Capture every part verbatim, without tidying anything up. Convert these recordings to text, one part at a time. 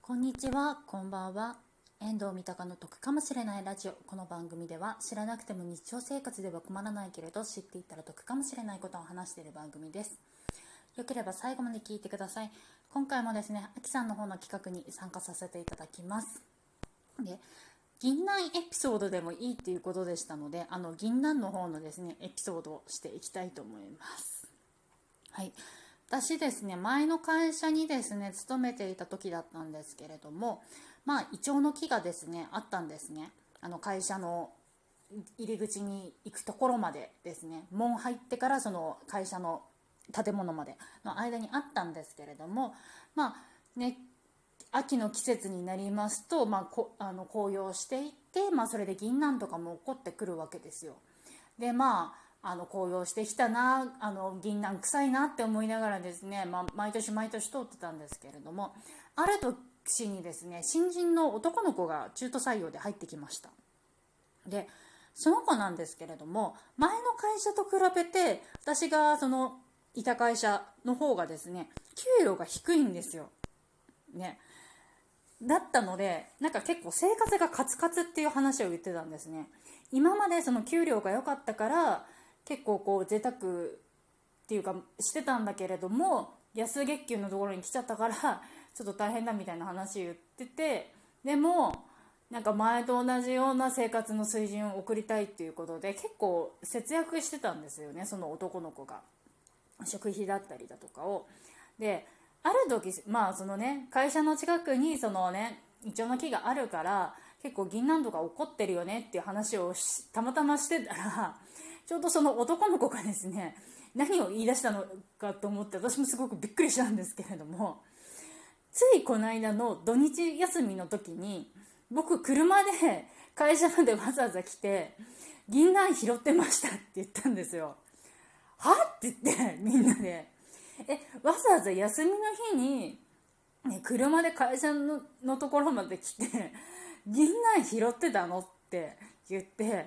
こんにちは、こんばんは。遠藤三鷹の得かもしれないラジオ。この番組では知らなくても日常生活では困らないけれど知っていったら得かもしれないことを話している番組です。よければ最後まで聞いてください。今回もですね、あきさんの方の企画に参加させていただきます。で、銀杏エピソードでもいいっていうことでしたので、あの銀杏の方のですねエピソードをしていきたいと思います。はい。私ですね、前の会社にですね勤めていた時だったんですけれども、まあイチョウの木がですねあったんですね。あの会社の入り口に行くところまでですね、門入ってからその会社の建物までの間にあったんですけれども、まあね、秋の季節になりますと、まあ、こあの紅葉していって、まあ、それで銀杏とかも起こってくるわけですよ。でまああの紅葉してきたな、あの銀杏臭いなって思いながらですね、まあ、毎年毎年通ってたんですけれども、ある年にですね新人の男の子が中途採用で入ってきました。でその子なんですけれども、前の会社と比べて私がそのいた会社の方がですね給料が低いんですよね。だったので、なんか結構生活がカツカツっていう話を言ってたんですね。今までその給料が良かったから結構こう贅沢っていうかしてたんだけれども、安月給のところに来ちゃったからちょっと大変だみたいな話言ってて、でもなんか前と同じような生活の水準を送りたいっていうことで結構節約してたんですよね、その男の子が。食費だったりだとかを。である時、まあそのね、会社の近くにそのねイチョウの木があるから結構銀杏とか起こってるよねっていう話をたまたましてたら、ちょうどその男の子がですね何を言い出したのかと思って、私もすごくびっくりしたんですけれども、ついこの間の土日休みの時に僕車で会社までわざわざ来て銀杏拾ってましたって言ったんですよ。はって言ってみんなで、えわざわざ休みの日に、ね、車で会社 の, のところまで来て銀杏拾ってたのって言って、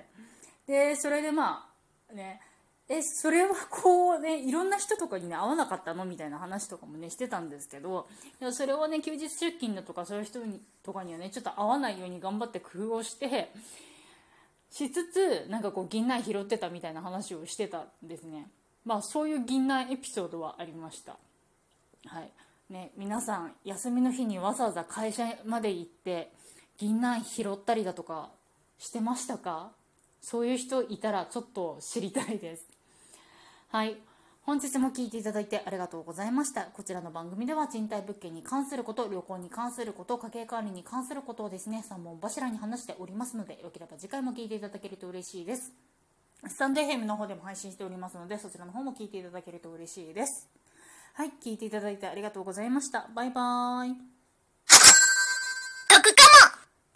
でそれでまあね、えそれはこうね、いろんな人とかにね会わなかったのみたいな話とかもねしてたんですけど、それをね休日出勤だとかそういう人にとかにはねちょっと会わないように頑張って工夫をしてしつつ、なんかこう銀杏拾ってたみたいな話をしてたんですね。まあそういう銀杏エピソードはありました。はいね、皆さん休みの日にわざわざ会社まで行って銀杏拾ったりだとかしてましたか？そういう人いたらちょっと知りたいです。はい、本日も聞いていただいてありがとうございました。こちらの番組では賃貸物件に関すること、旅行に関すること、家計管理に関することをですねさんぼん柱に話しておりますので、よければ次回も聞いていただけると嬉しいです。スタンド エフエム の方でも配信しておりますので、そちらの方も聞いていただけると嬉しいです。はい、聞いていただいてありがとうございました。バイバーイ。